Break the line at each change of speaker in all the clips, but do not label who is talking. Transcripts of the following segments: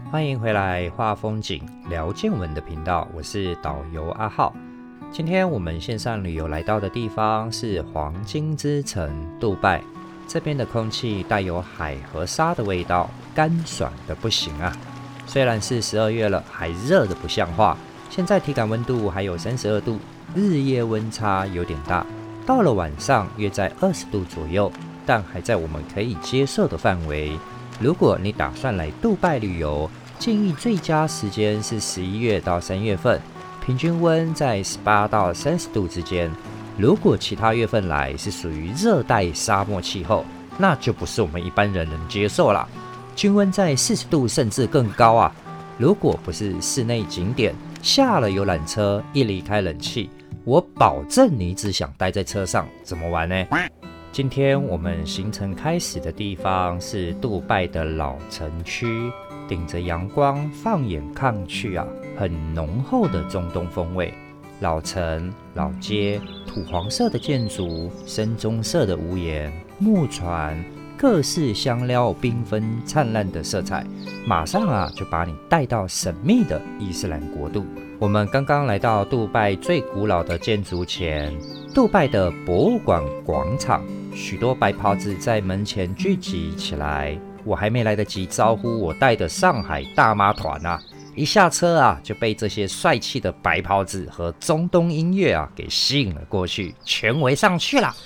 欢迎回来画风景聊见闻的频道，我是导游阿浩。今天我们线上旅游来到的地方是黄金之城杜拜，这边的空气带有海和沙的味道，干爽的不行啊。虽然是12月了，还热得不像话，现在体感温度还有32度，日夜温差有点大，到了晚上约在20度左右，但还在我们可以接受的范围。如果你打算来杜拜旅游，建议最佳时间是11月到3月份，平均温在18到30度之间。如果其他月份来是属于热带沙漠气候，那就不是我们一般人能接受啦，均温在40度甚至更高啊！如果不是室内景点，下了游览车一离开冷气，我保证你只想待在车上，怎么玩呢？今天我们行程开始的地方是杜拜的老城区，顶着阳光，放眼看去啊，很浓厚的中东风味。老城、老街，土黄色的建筑，深棕色的屋檐，木船，各式香料缤纷灿烂的色彩，马上就把你带到神秘的伊斯兰国度。我们刚刚来到杜拜最古老的建筑前，杜拜的博物馆广场，许多白袍子在门前聚集起来。我还没来得及招呼我带的上海大妈团一下车就被这些帅气的白袍子和中东音乐给吸引了过去，全围上去了。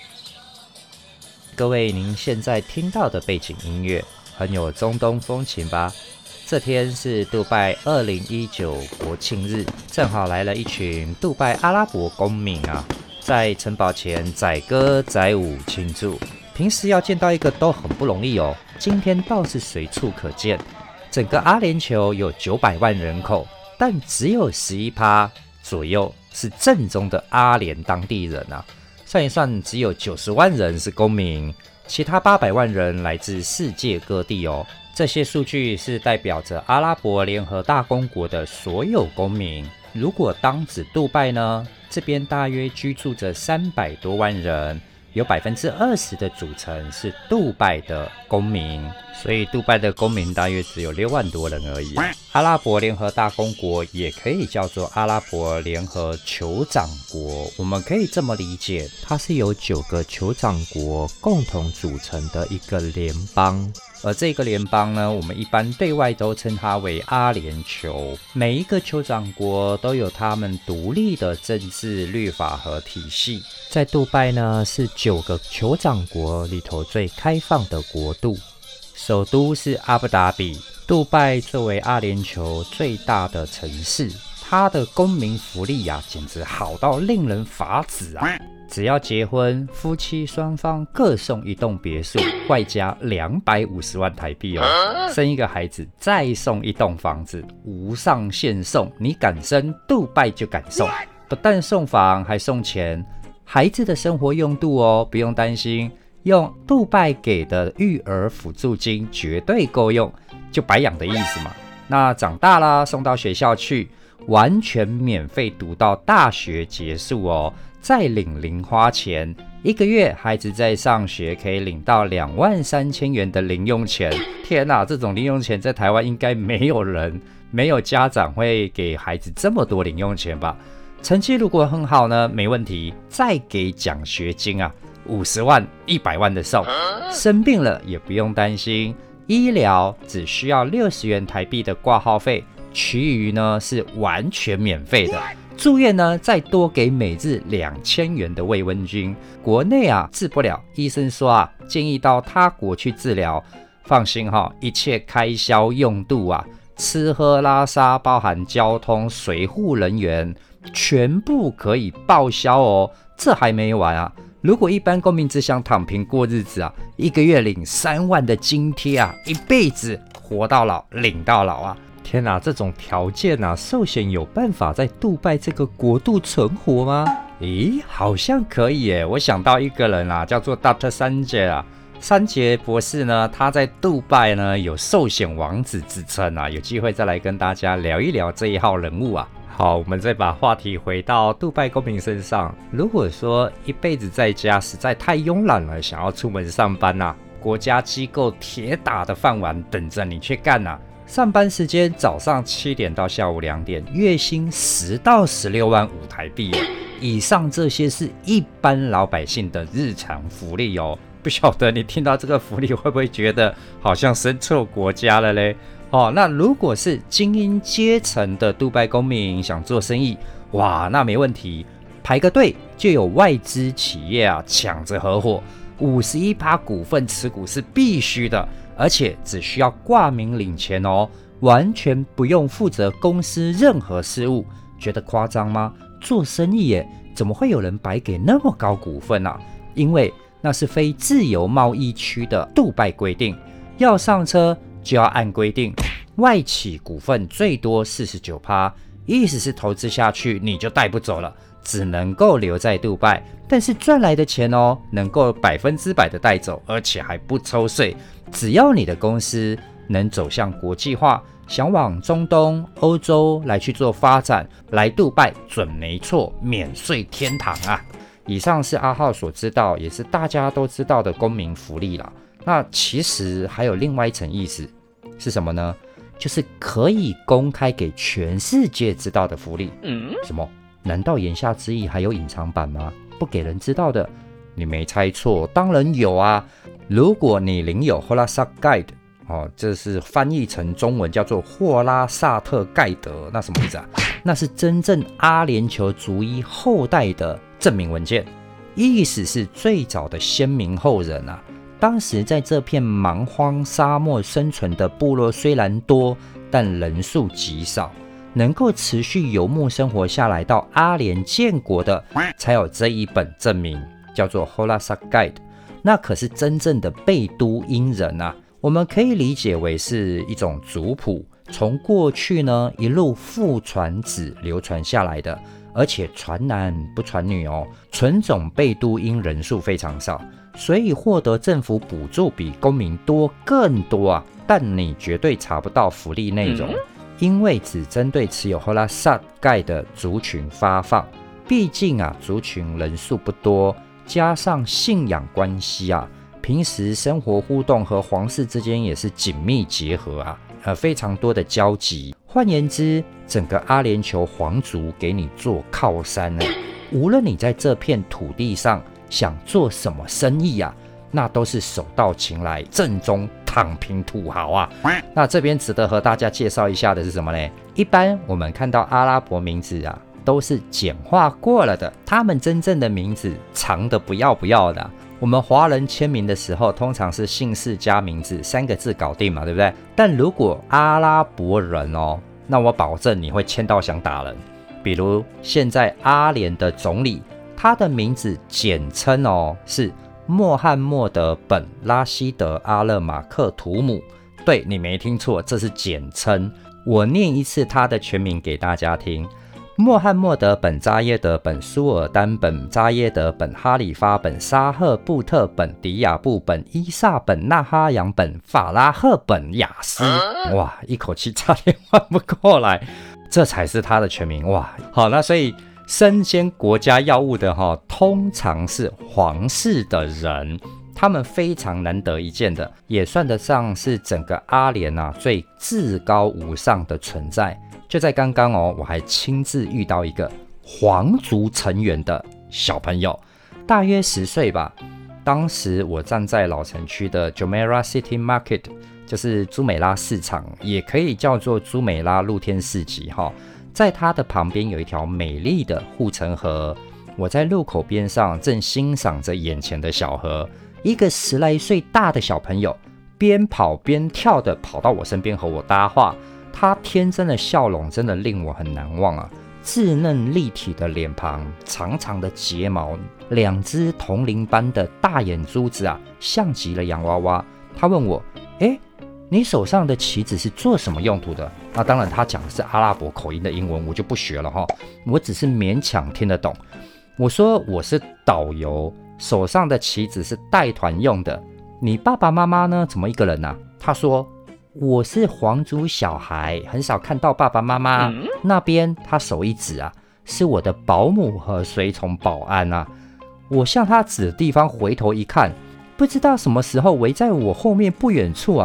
各位，您现在听到的背景音乐很有中东风情吧？这天是杜拜2019国庆日，正好来了一群杜拜阿拉伯公民在城堡前载歌载舞庆祝。平时要见到一个都很不容易哦，今天倒是随处可见。整个阿联酋有900万人口，但只有11%左右是正宗的阿联当地人算一算，只有90万人是公民，其他800万人来自世界各地哦。这些数据是代表着阿拉伯联合大公国的所有公民。如果当指杜拜呢，这边大约居住着300多万人，有20%的组成是杜拜的公民，所以杜拜的公民大约只有6万多人而已。阿拉伯联合大公国也可以叫做阿拉伯联合酋长国，我们可以这么理解，它是由9个酋长国共同组成的一个联邦。而这个联邦呢，我们一般对外都称它为阿联酋。每一个酋长国都有他们独立的政治律法和体系。在杜拜呢，是9个酋长国里头最开放的国度，首都是阿布达比。杜拜作为阿联酋最大的城市，它的公民福利简直好到令人发指只要结婚，夫妻双方各送一栋别墅，外加250万台币哦。生一个孩子，再送一栋房子，无上限送。你敢生，杜拜就敢送。不但送房，还送钱。孩子的生活用度不用担心，用杜拜给的育儿辅助金绝对够用，就白养的意思嘛。那长大了，送到学校去，完全免费读到大学结束哦。再领零花钱，1个月孩子在上学可以领到23000元的零用钱。天哪，这种零用钱在台湾应该没有家长会给孩子这么多零用钱吧？成绩如果很好呢，没问题，再给奖学金50万、100万的送。生病了也不用担心，医疗只需要60元台币的挂号费，其余呢是完全免费的。住院呢，再多给每日2000元的慰问金。国内治不了，医生说建议到他国去治疗。放心一切开销用度吃喝拉撒，包含交通、随护人员，全部可以报销哦。这还没完如果一般公民只想躺平过日子1个月领3万的津贴一辈子活到老，领到老天哪，这种条件寿险有办法在杜拜这个国度存活吗？好像可以耶。我想到一个人叫做 Dr. Sanjay 三杰博士呢，他在杜拜呢有寿险王子之称有机会再来跟大家聊一聊这一号人物好，我们再把话题回到杜拜公民身上。如果说一辈子在家实在太慵懒了，想要出门上班国家机构铁打的饭碗等着你去干上班时间早上7点到下午2点，月薪10到16万5台币。以上这些是一般老百姓的日常福利哦。不晓得你听到这个福利会不会觉得好像生错国家了嘞？那如果是精英阶层的杜拜公民想做生意，哇，那没问题，排个队就有外资企业啊抢着合伙，51%股份持股是必须的，而且只需要挂名领钱哦，完全不用负责公司任何事务。觉得夸张吗？做生意耶，怎么会有人白给那么高股份啊？因为那是非自由贸易区的杜拜规定，要上车就要按规定，外企股份最多 49%， 意思是投资下去你就带不走了，只能够留在杜拜，但是赚来的钱哦，能够100%的带走，而且还不抽税。只要你的公司能走向国际化，想往中东、欧洲来去做发展，来杜拜准没错，免税天堂啊！以上是阿浩所知道，也是大家都知道的公民福利啦。那其实还有另外一层意思是什么呢？就是可以公开给全世界知道的福利。什么？难道言下之意还有隐藏版吗？不给人知道的？你没猜错，当然有啊！如果你领有 Holasat Guide，这是翻译成中文叫做霍拉萨特盖德，那什么意思啊？那是真正阿联酋族裔后代的证明文件，意思是最早的先民后人啊。当时在这片蛮荒沙漠生存的部落虽然多，但人数极少，能够持续游牧生活下来到阿联建国的，才有这一本证明，叫做 Holasat Guide。那可是真正的贝都因人啊。我们可以理解为是一种族谱，从过去呢一路父传子流传下来的，而且传男不传女哦。纯种贝都因人数非常少，所以获得政府补助比公民多更多啊。但你绝对查不到福利内容，因为只针对持有 Holasat Guide 的族群发放。毕竟啊，族群人数不多，加上信仰关系啊。平时生活互动和皇室之间也是紧密结合啊，非常多的交集。换言之，整个阿联酋皇族给你做靠山啊，无论你在这片土地上想做什么生意啊，那都是手到擒来，正宗躺平土豪啊。那这边值得和大家介绍一下的是什么呢？一般我们看到阿拉伯名字啊，都是简化过了的，他们真正的名字长的不要的。我们华人签名的时候，通常是姓氏加名字3个字搞定嘛，对不对？但如果阿拉伯人哦，那我保证你会签到想打人。比如现在阿联的总理，他的名字简称哦是穆罕默德本拉希德阿勒马克图姆。对，你没听错，这是简称。我念一次他的全名给大家听。穆罕默德本扎耶德本苏尔丹本扎耶德本哈里发本沙赫布特本迪亚布本伊萨本纳哈扬本法拉赫本雅斯。哇，一口气差点换不过来，这才是他的全名。哇，好，那所以身兼国家要务的通常是皇室的人，他们非常难得一见的，也算得上是整个阿联最至高无上的存在。就在刚刚我还亲自遇到一个皇族成员的小朋友，大约10岁吧。当时我站在老城区的 Jumeirah City Market， 就是朱美拉市场，也可以叫做朱美拉露天市集在它的旁边有一条美丽的护城河，我在路口边上正欣赏着眼前的小河，一个10来岁大的小朋友边跑边跳的跑到我身边和我搭话。他天真的笑容真的令我很难忘啊！稚嫩立体的脸庞，长长的睫毛，2只铜铃般的大眼珠子像极了洋娃娃。他问我：你手上的旗子是做什么用途的？那当然，他讲的是阿拉伯口音的英文，我就不学了我只是勉强听得懂。我说我是导游，手上的旗子是带团用的。你爸爸妈妈呢？怎么一个人啊？他说。我是皇族小孩，很少看到爸爸妈妈。那边他手一指是我的保姆和随从保安我向他指的地方回头一看，不知道什么时候围在我后面不远处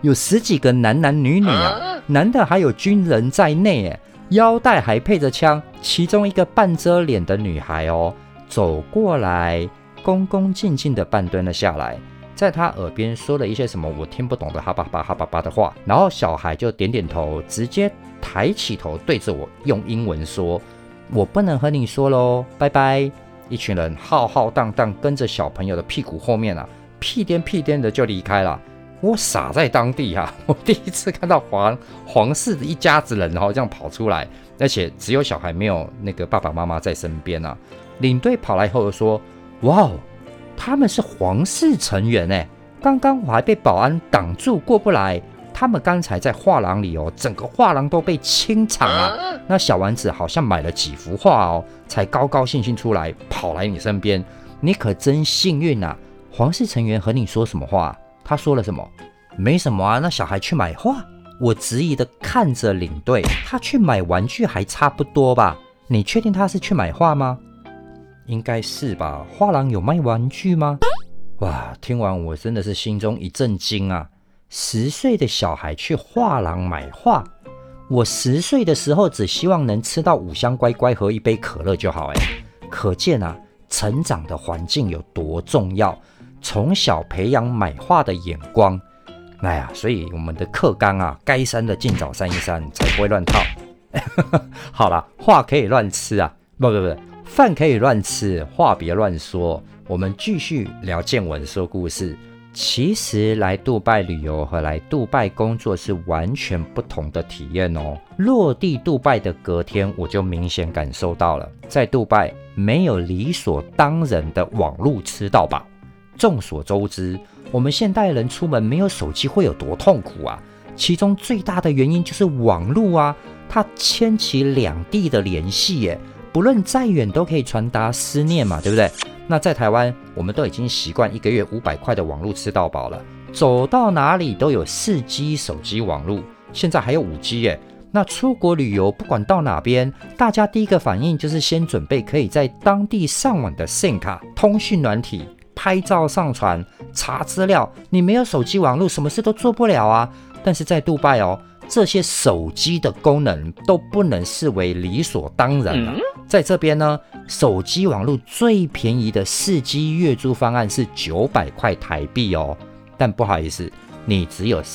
有10几个男男女女啊，男的还有军人在内耶，腰带还配着枪。其中一个半遮脸的女孩走过来，恭恭敬敬的半蹲了下来，在他耳边说了一些什么我听不懂的哈巴巴哈巴巴的话，然后小孩就点点头，直接抬起头对着我用英文说：“我不能和你说咯，拜拜。”一群人浩浩荡荡跟着小朋友的屁股后面啊，屁颠屁颠的就离开了。我傻在当地啊，我第一次看到皇室的一家子人这样跑出来，而且只有小孩没有那个爸爸妈妈在身边啊。领队跑来后说：“哇，他们是皇室成员耶，刚刚我还被保安挡住过不来。他们刚才在画廊里整个画廊都被清场啊。那小丸子好像买了几幅画才高高兴兴出来跑来你身边，你可真幸运啊。皇室成员和你说什么话？他说了什么？没什么啊，那小孩去买画。”我质疑的看着领队，他去买玩具还差不多吧？你确定他是去买画吗？应该是吧，画廊有卖玩具吗？哇，听完我真的是心中一震惊啊！10岁的小孩去画廊买画，我10岁的时候只希望能吃到5香乖乖和一杯可乐就好可见啊，成长的环境有多重要，从小培养买画的眼光。哎呀，所以我们的课纲啊，该删的尽早删一删，才不会乱套。好啦，话可以乱吃啊，不，饭可以乱吃，话别乱说。我们继续聊见闻说故事。其实来杜拜旅游和来杜拜工作是完全不同的体验落地杜拜的隔天，我就明显感受到了，在杜拜没有理所当然的网路吃到饱。众所周知，我们现代人出门没有手机会有多痛苦啊？其中最大的原因就是网路啊，它牵起两地的联系耶，不论再远都可以传达思念嘛，对不对？那在台湾，我们都已经习惯1个月500块的网路吃到饱了，走到哪里都有4G 手机网路，现在还有5G 耶。那出国旅游，不管到哪边，大家第一个反应就是先准备可以在当地上网的 SIM 卡、通讯软体、拍照上传、查资料。你没有手机网路，什么事都做不了啊。但是在杜拜这些手机的功能都不能视为理所当然了。在这边呢，手机网路最便宜的4G 月租方案是900块台币但不好意思，你只有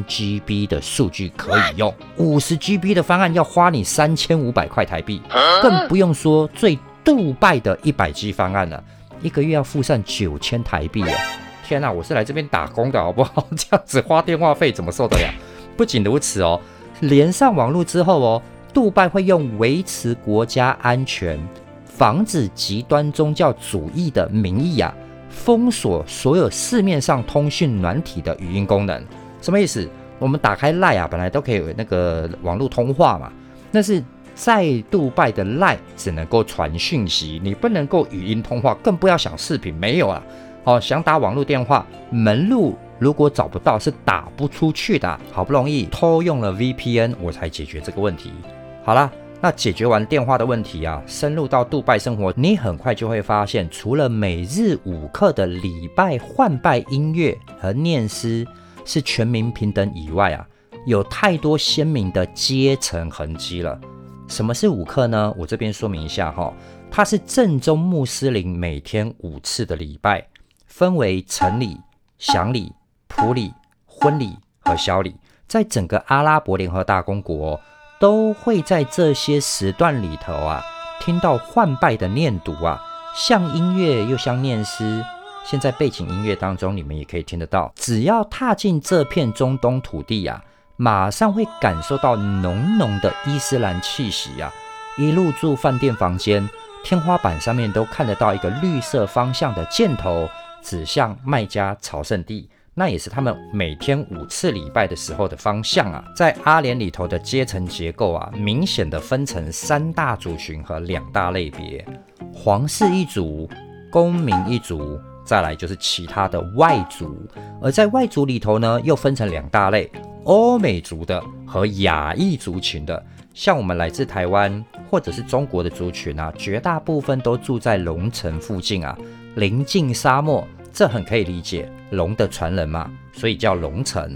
3GB 的数据可以用，50GB 的方案要花你3500块台币，更不用说最杜拜的100G 方案了，一个月要付上9000台币耶！天哪，我是来这边打工的好不好？这样子花电话费怎么受得了？不仅如此连上网路之后杜拜会用维持国家安全、防止极端宗教主义的名义封锁所有市面上通讯软体的语音功能。什么意思？我们打开 LINE 本来都可以有那个网络通话嘛，但是在杜拜的 LINE 只能够传讯息，你不能够语音通话，更不要想视频，没有啊。想打网络电话，门路如果找不到是打不出去的。好不容易偷用了 VPN， 我才解决这个问题。好啦，那解决完电话的问题深入到杜拜生活，你很快就会发现，除了每日5课的礼拜换拜音乐和念诗是全民平等以外有太多鲜明的阶层痕迹了。什么是5课呢？我这边说明一下它是正宗穆斯林每天5次的礼拜，分为晨礼、响礼、普礼、婚礼和小礼，在整个阿拉伯联合大公国都会在这些时段里头听到换拜的念读像音乐又像念诗。现在背景音乐当中你们也可以听得到，只要踏进这片中东土地马上会感受到浓浓的伊斯兰气息一入住饭店房间，天花板上面都看得到一个绿色方向的箭头指向麦加朝圣地，那也是他们每天5次礼拜的时候的方向在阿联里头的阶层结构明显的分成3大族群和2大类别，皇室一族、公民一族，再来就是其他的外族。而在外族里头呢，又分成2大类，欧美族的和亚裔族群的。像我们来自台湾或者是中国的族群绝大部分都住在龙城附近临近沙漠，这很可以理解，龙的传人嘛，所以叫龙城。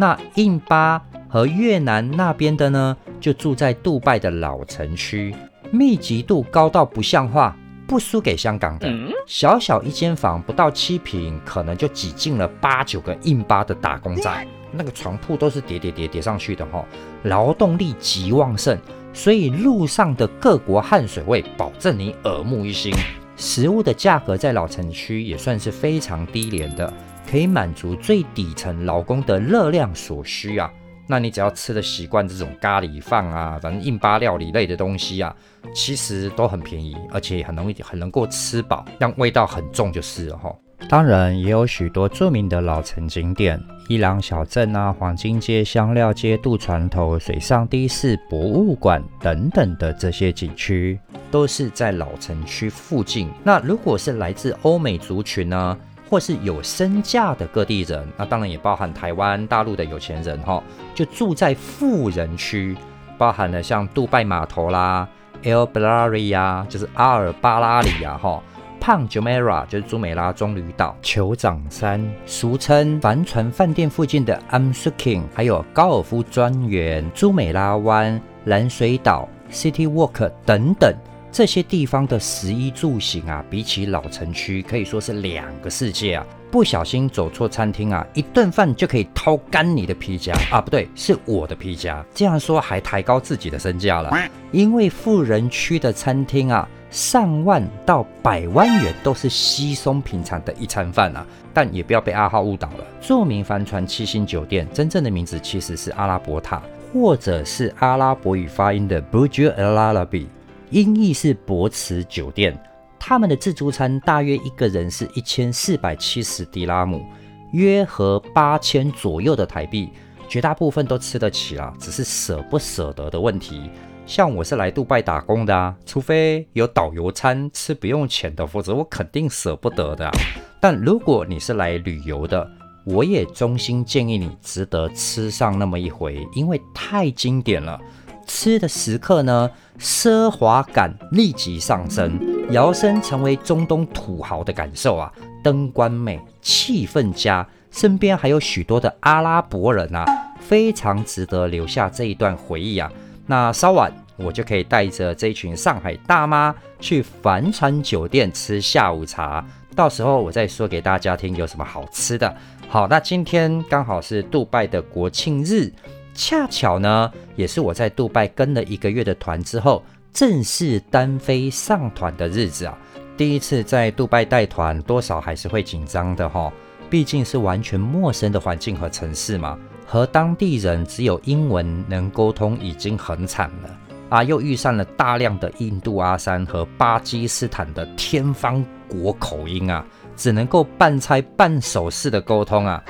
那印巴和越南那边的呢，就住在杜拜的老城区，密集度高到不像话，不输给香港的。小小一间房不到7坪，可能就挤进了8、9个印巴的打工仔，那个床铺都是叠上去的劳动力极旺盛，所以路上的各国汗水味保证你耳目一新。食物的价格在老城区也算是非常低廉的，可以满足最底层劳工的热量所需啊。那你只要吃得习惯这种咖喱饭啊，反正印巴料理类的东西啊，其实都很便宜，而且很能够吃饱，但味道很重就是了当然也有许多著名的老城景点，伊朗小镇啊、黄金街、香料街、渡船头、水上的士、博物馆等等的这些景区，都是在老城区附近。那如果是来自欧美族群呢，或是有身价的各地人，那当然也包含台湾、大陆的有钱人就住在富人区，包含了像杜拜码头啦、El Barari 啊，就是阿尔巴拉里啊胖 Jumeirah 就是朱美拉棕榈岛、酋长山，俗称帆船饭店附近的 Amsuking， 还有高尔夫庄园、朱美拉湾、蓝水岛、City Walk 等等。这些地方的食衣住行啊，比起老城区可以说是2个世界啊！不小心走错餐厅啊，一顿饭就可以掏干你的皮夹啊，不对，是我的皮夹。这样说还抬高自己的身价了，因为富人区的餐厅啊，上万到100万元都是稀松平常的一餐饭啊。但也不要被阿浩误导了，著名帆船7星酒店真正的名字其实是阿拉伯塔，或者是阿拉伯语发音的 Burj Al Arabi。音译是博茨酒店，他们的自助餐大约一个人是1470迪拉姆，约合8000左右的台币，绝大部分都吃得起啦，只是舍不舍得的问题。像我是来杜拜打工的啊，除非有导游餐吃不用钱的，否则我肯定舍不得的啊。但如果你是来旅游的，我也衷心建议你值得吃上那么一回，因为太经典了。吃的时刻呢，奢华感立即上升，摇身成为中东土豪的感受啊！灯光美，气氛佳，身边还有许多的阿拉伯人啊，非常值得留下这一段回忆啊！那稍晚我就可以带着这一群上海大妈去帆船酒店吃下午茶，到时候我再说给大家听有什么好吃的。好，那今天刚好是杜拜的国庆日。恰巧呢，也是我在杜拜跟了1个月的团之后，正式单飞上团的日子啊。第一次在杜拜带团，多少还是会紧张的毕竟是完全陌生的环境和城市嘛，和当地人只有英文能沟通已经很惨了啊，又遇上了大量的印度阿三和巴基斯坦的天方国口音啊，只能够半猜半手势的沟通啊。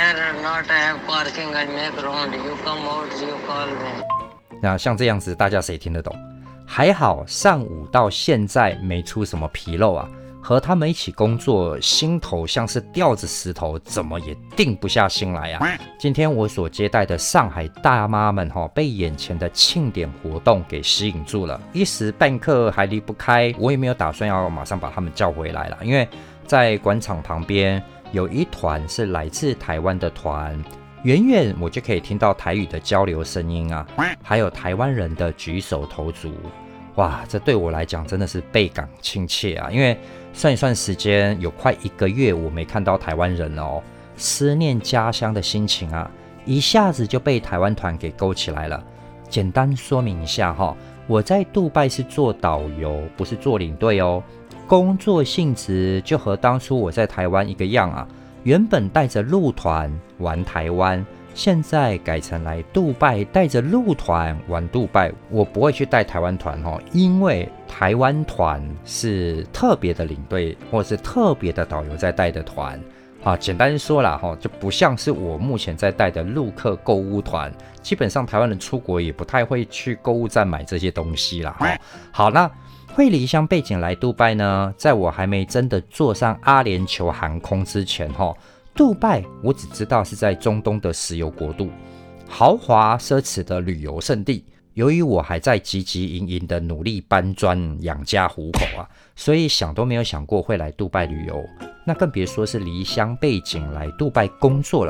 那像这样子，大家谁听得懂？还好上午到现在没出什么纰漏啊。和他们一起工作，心头像是吊着石头，怎么也定不下心来啊。今天我所接待的上海大妈们被眼前的庆典活动给吸引住了，一时半刻还离不开。我也没有打算要马上把他们叫回来了，因为在广场旁边有一团是来自台湾的团，远远我就可以听到台语的交流声音啊，还有台湾人的举手投足。哇，这对我来讲真的是倍感亲切啊！因为算一算时间，有快1个月我没看到台湾人了哦，思念家乡的心情啊，一下子就被台湾团给勾起来了。简单说明一下我在杜拜是做导游，不是做领队哦。工作性质就和当初我在台湾一个样啊，原本带着陆团玩台湾，现在改成来杜拜带着陆团玩杜拜。我不会去带台湾团因为台湾团是特别的领队或是特别的导游在带的团简单说啦就不像是我目前在带的陆客购物团，基本上台湾人出国也不太会去购物站买这些东西啦好，那会离乡背景来杜拜呢，在我还没真的坐上阿联酋航空之前杜拜我只知道是在中东的石油国度，豪华奢侈的旅游胜地。由于我还在汲汲营营的努力搬砖养家糊口啊，所以想都没有想过会来杜拜旅游，那更别说是离乡背景来杜拜工作了。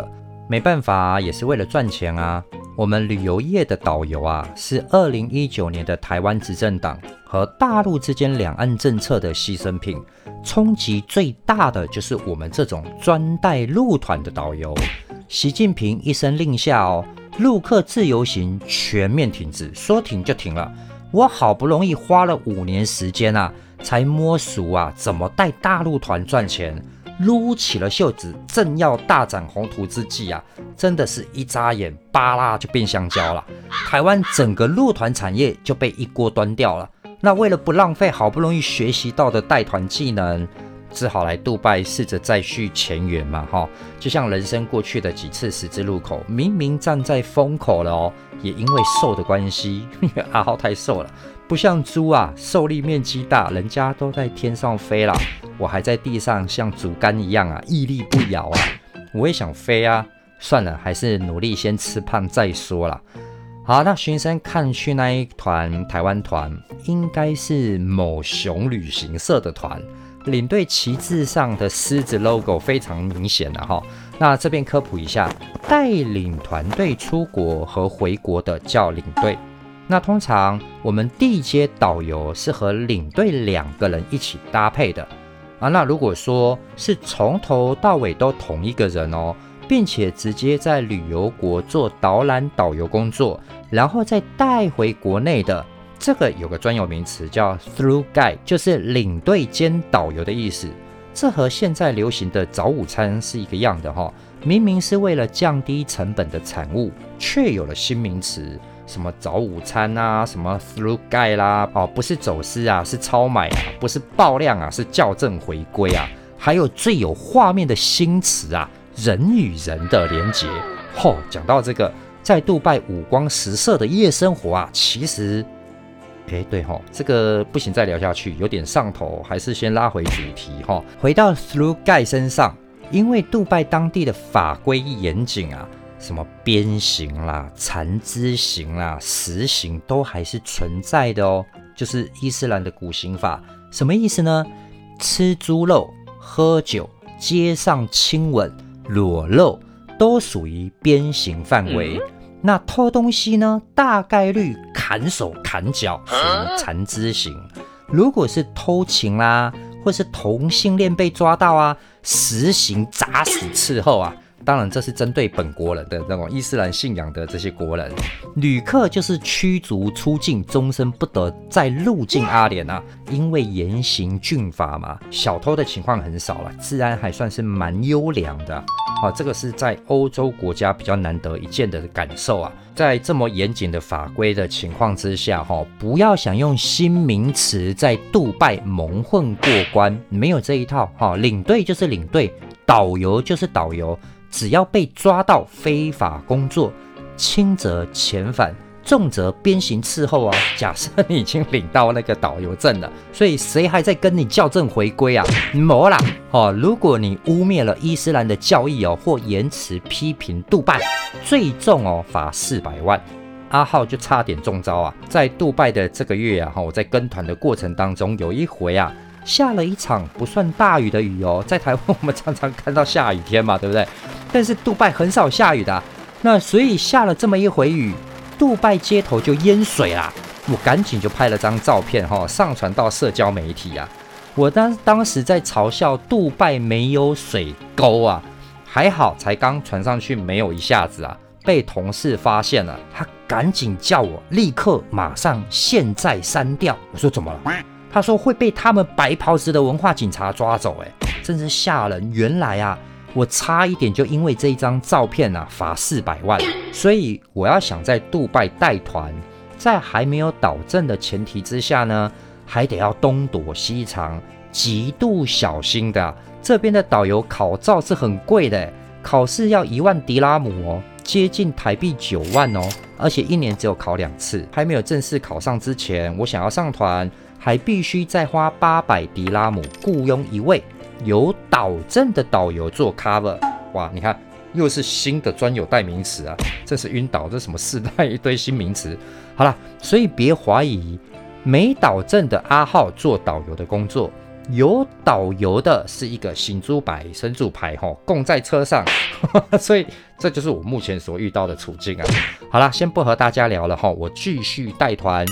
没办法，也是为了赚钱啊。我们旅游业的导游啊，是2019年的台湾执政党和大陆之间两岸政策的牺牲品，冲击最大的就是我们这种专带路团的导游。习近平一声令下哦，陆客自由行全面停止，说停就停了。我好不容易花了5年时间啊，才摸熟啊怎么带大陆团赚钱。撸起了袖子，正要大展宏图之际啊，真的是一眨眼，巴拉就变香蕉了。台湾整个陆团产业就被一锅端掉了。那为了不浪费好不容易学习到的带团技能，只好来杜拜试着再续前缘嘛，就像人生过去的几次十字路口，明明站在风口了哦，也因为瘦的关系，因为阿浩太瘦了，不像猪啊，受力面积大，人家都在天上飞啦，我还在地上像竹竿一样啊，屹立不摇啊。我也想飞啊，算了，还是努力先吃胖再说啦。好，那巡山看去那一团台湾团，应该是某熊旅行社的团，领队旗帜上的狮子 logo 非常明显的哈。那这边科普一下，带领团队出国和回国的叫领队。那通常我们地接导游是和领队2个人一起搭配的啊。那如果说是从头到尾都同一个人哦，并且直接在旅游国做导览导游工作，然后再带回国内的，这个有个专有名词叫 through guide， 就是领队兼导游的意思。这和现在流行的早午餐是一个样的哈，明明是为了降低成本的产物，却有了新名词，什么早午餐啊，什么 through guide 啦，不是走私啊，是超买啊，不是爆量啊，是校正回归啊，还有最有画面的新词啊，人与人的连结。讲到这个，在杜拜五光十色的夜生活啊，其实对这个不行，再聊下去有点上头，还是先拉回主题回到 Through Guide 身上，因为杜拜当地的法规严谨啊，什么鞭刑啦、残肢刑啦、死刑都还是存在的哦，就是伊斯兰的古刑法。什么意思呢？吃猪肉、喝酒、街上亲吻、裸露都属于鞭刑范围。那偷东西呢，大概率砍手砍脚，属于残肢刑。如果是偷情啦，或是同性恋被抓到啊，实行砸死伺候啊。当然这是针对本国人的那种伊斯兰信仰的这些国人。旅客就是驱逐出境，终身不得再入境阿联啊，因为严刑峻法嘛，小偷的情况很少了，治安还算是蛮优良的。这个是在欧洲国家比较难得一见的感受啊。在这么严谨的法规的情况之下，不要想用新名词在杜拜蒙混过关，没有这一套。领队就是领队，导游就是导游，只要被抓到非法工作，轻则遣返，重则鞭刑伺候啊。假设你已经领到那个导游证了，所以谁还在跟你校正回归啊？没啦。如果你污蔑了伊斯兰的教义或言辞批评杜拜，最重罚400万。阿浩就差点中招啊！在杜拜的这个月啊，我在跟团的过程当中，有一回啊，下了一场不算大雨的雨哦。在台湾我们常常看到下雨天嘛，对不对？但是杜拜很少下雨的那所以下了这么一回雨，杜拜街头就淹水啦。我赶紧就拍了张照片上传到社交媒体啊。我当时在嘲笑杜拜没有水沟啊，还好才刚传上去没有一下子啊，被同事发现了，他赶紧叫我立刻马上现在删掉。我说怎么了？他说会被他们白袍子的文化警察抓走。真是吓人。原来啊，我差一点就因为这一张照片啊罚400万。所以我要想在杜拜带团，在还没有导正的前提之下呢，还得要东躲西藏，极度小心的。这边的导游考照是很贵的，考试要1万迪拉姆哦，接近台币9万哦，而且1年只有考2次。还没有正式考上之前，我想要上团，还必须再花800迪拉姆雇佣一位有导正的导游做 cover。 哇，你看又是新的专有代名词啊，这是晕倒，这什么世代一堆新名词。好啦，所以别怀疑没导正的阿浩做导游的工作， 有导游的是一个行猪白神主牌供在车上所以这就是我目前所遇到的处境啊。好啦，先不和大家聊了我继续带团。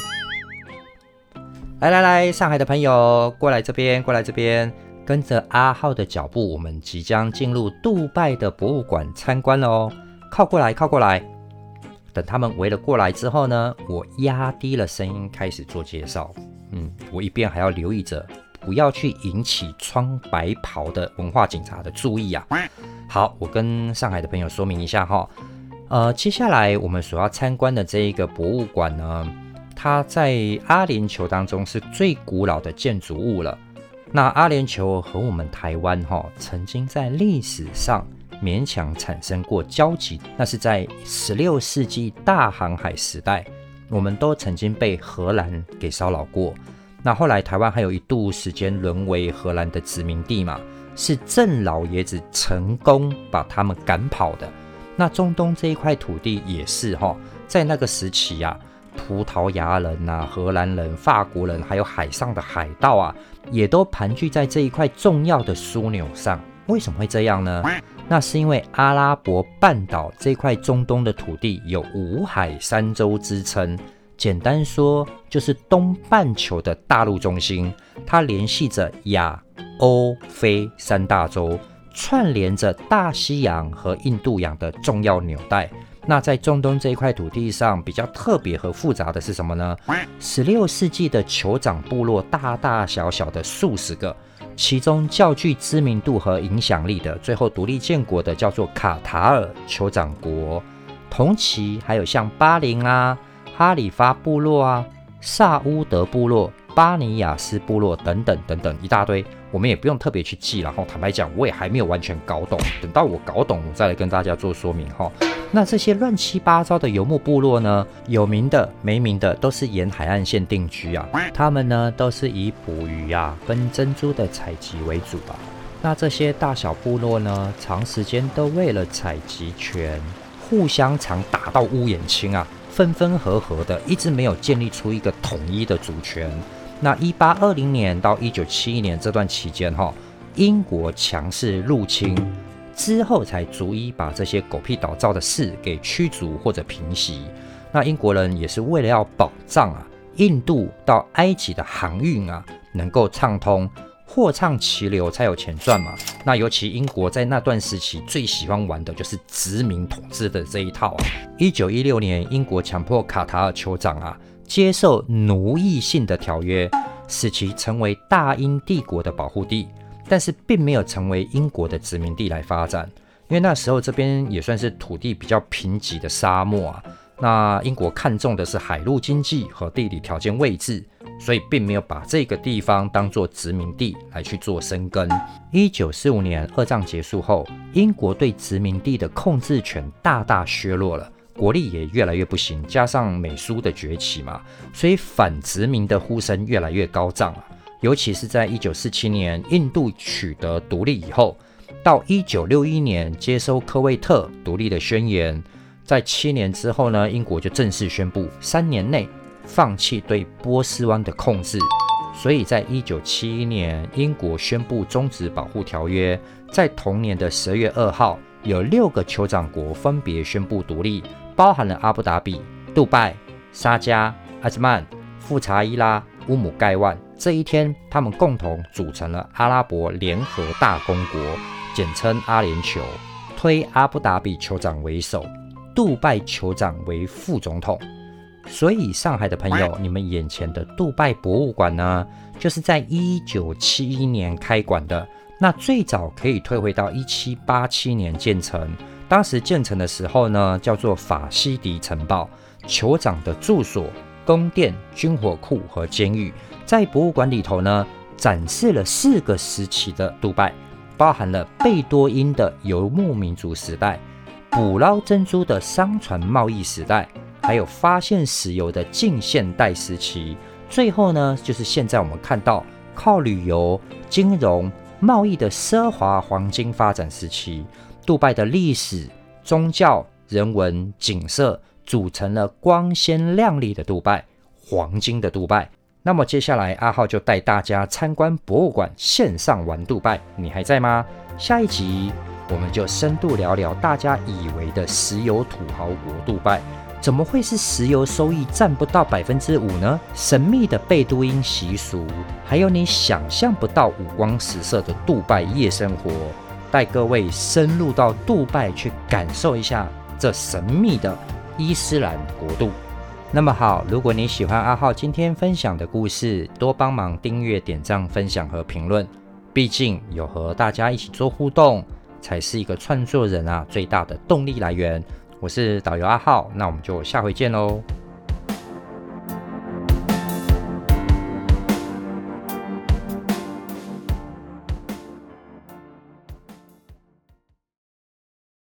来，上海的朋友过来这边，跟着阿浩的脚步，我们即将进入杜拜的博物馆参观了哦。靠过来。等他们围了过来之后呢，我压低了声音开始做介绍。我一边还要留意着不要去引起穿白袍的文化警察的注意啊。好，我跟上海的朋友说明一下接下来我们所要参观的这一个博物馆呢，它在阿联酋当中是最古老的建筑物了。那阿联酋和我们台湾曾经在历史上勉强产生过交集，那是在16世纪大航海时代，我们都曾经被荷兰给骚扰过。那后来台湾还有一度时间沦为荷兰的殖民地嘛，是郑老爷子成功把他们赶跑的。那中东这一块土地也是在那个时期啊，葡萄牙人啊、荷兰人、法国人，还有海上的海盗啊，也都盘踞在这一块重要的枢纽上。为什么会这样呢？那是因为阿拉伯半岛这块中东的土地有五海三洲之称，简单说就是东半球的大陆中心，它联系着亚、欧、非三大洲，串联着大西洋和印度洋的重要纽带。那在中东这一块土地上比较特别和复杂的是什么呢？16世纪的酋长部落大大小小的数十个，其中较具知名度和影响力的，最后独立建国的叫做卡塔尔酋长国。同期还有像巴林啊、哈里发部落啊、萨乌德部落、巴尼亚斯部落等等一大堆，我们也不用特别去记。然后坦白讲，我也还没有完全搞懂，等到我搞懂，我再来跟大家做说明那这些乱七八糟的游牧部落呢，有名的没名的都是沿海岸线定居啊，他们呢都是以捕鱼啊跟珍珠的采集为主啊。那这些大小部落呢，长时间都为了采集权互相常打到乌眼青啊，分分合合的，一直没有建立出一个统一的主权。那1820年到1971年这段期间英国强势入侵之后，才逐一把这些狗屁倒灶的事给驱逐或者平息。那英国人也是为了要保障印度到埃及的航运能够畅通，货畅其流才有钱赚嘛。那尤其英国在那段时期最喜欢玩的就是殖民统治的这一套1916年，英国强迫卡塔尔酋长接受奴役性的条约，使其成为大英帝国的保护地，但是并没有成为英国的殖民地来发展。因为那时候这边也算是土地比较贫瘠的沙漠那英国看重的是海陆经济和地理条件位置，所以并没有把这个地方当作殖民地来去做生根。1945年二战结束后，英国对殖民地的控制权大大削弱了，国力也越来越不行，加上美苏的崛起嘛，所以反殖民的呼声越来越高涨尤其是在1947年印度取得独立以后，到1961年接收科威特独立的宣言，在7年之后呢，英国就正式宣布3年内放弃对波斯湾的控制。所以在1971年，英国宣布终止保护条约，在同年的12月2号，有6个酋长国分别宣布独立，包含了阿布达比、杜拜、沙迦、阿兹曼、富查伊拉、乌姆盖万。这一天，他们共同组成了阿拉伯联合大公国，简称阿联酋，推阿布达比酋长为首，杜拜酋长为副总统。所以上海的朋友，你们眼前的杜拜博物馆呢，就是在1971年开馆的。那最早可以退回到1787年建成，当时建成的时候呢，叫做法西迪城堡，酋长的住所、宫殿、军火库和监狱。在博物馆里头呢，展示了4个时期的杜拜，包含了贝多因的游牧民族时代、捕捞珍珠的商船贸易时代，还有发现石油的近现代时期。最后呢，就是现在我们看到靠旅游、金融、贸易的奢华黄金发展时期。杜拜的历史、宗教、人文、景色组成了光鲜亮丽的杜拜，黄金的杜拜。 那么接下来阿浩就带大家参观博物馆，线上玩杜拜，你还在吗？下一集我们就深度聊聊大家以为的石油土豪国杜拜，怎么会是石油收益占不到5%呢？神秘的贝都因习俗，还有你想象不到五光十色的杜拜夜生活，带各位深入到杜拜去感受一下这神秘的伊斯兰国度。那么好，如果你喜欢阿浩今天分享的故事，多帮忙订阅、点赞、分享和评论。毕竟有和大家一起做互动，才是一个创作人最大的动力来源。我是导游阿浩，那我们就下回见喽。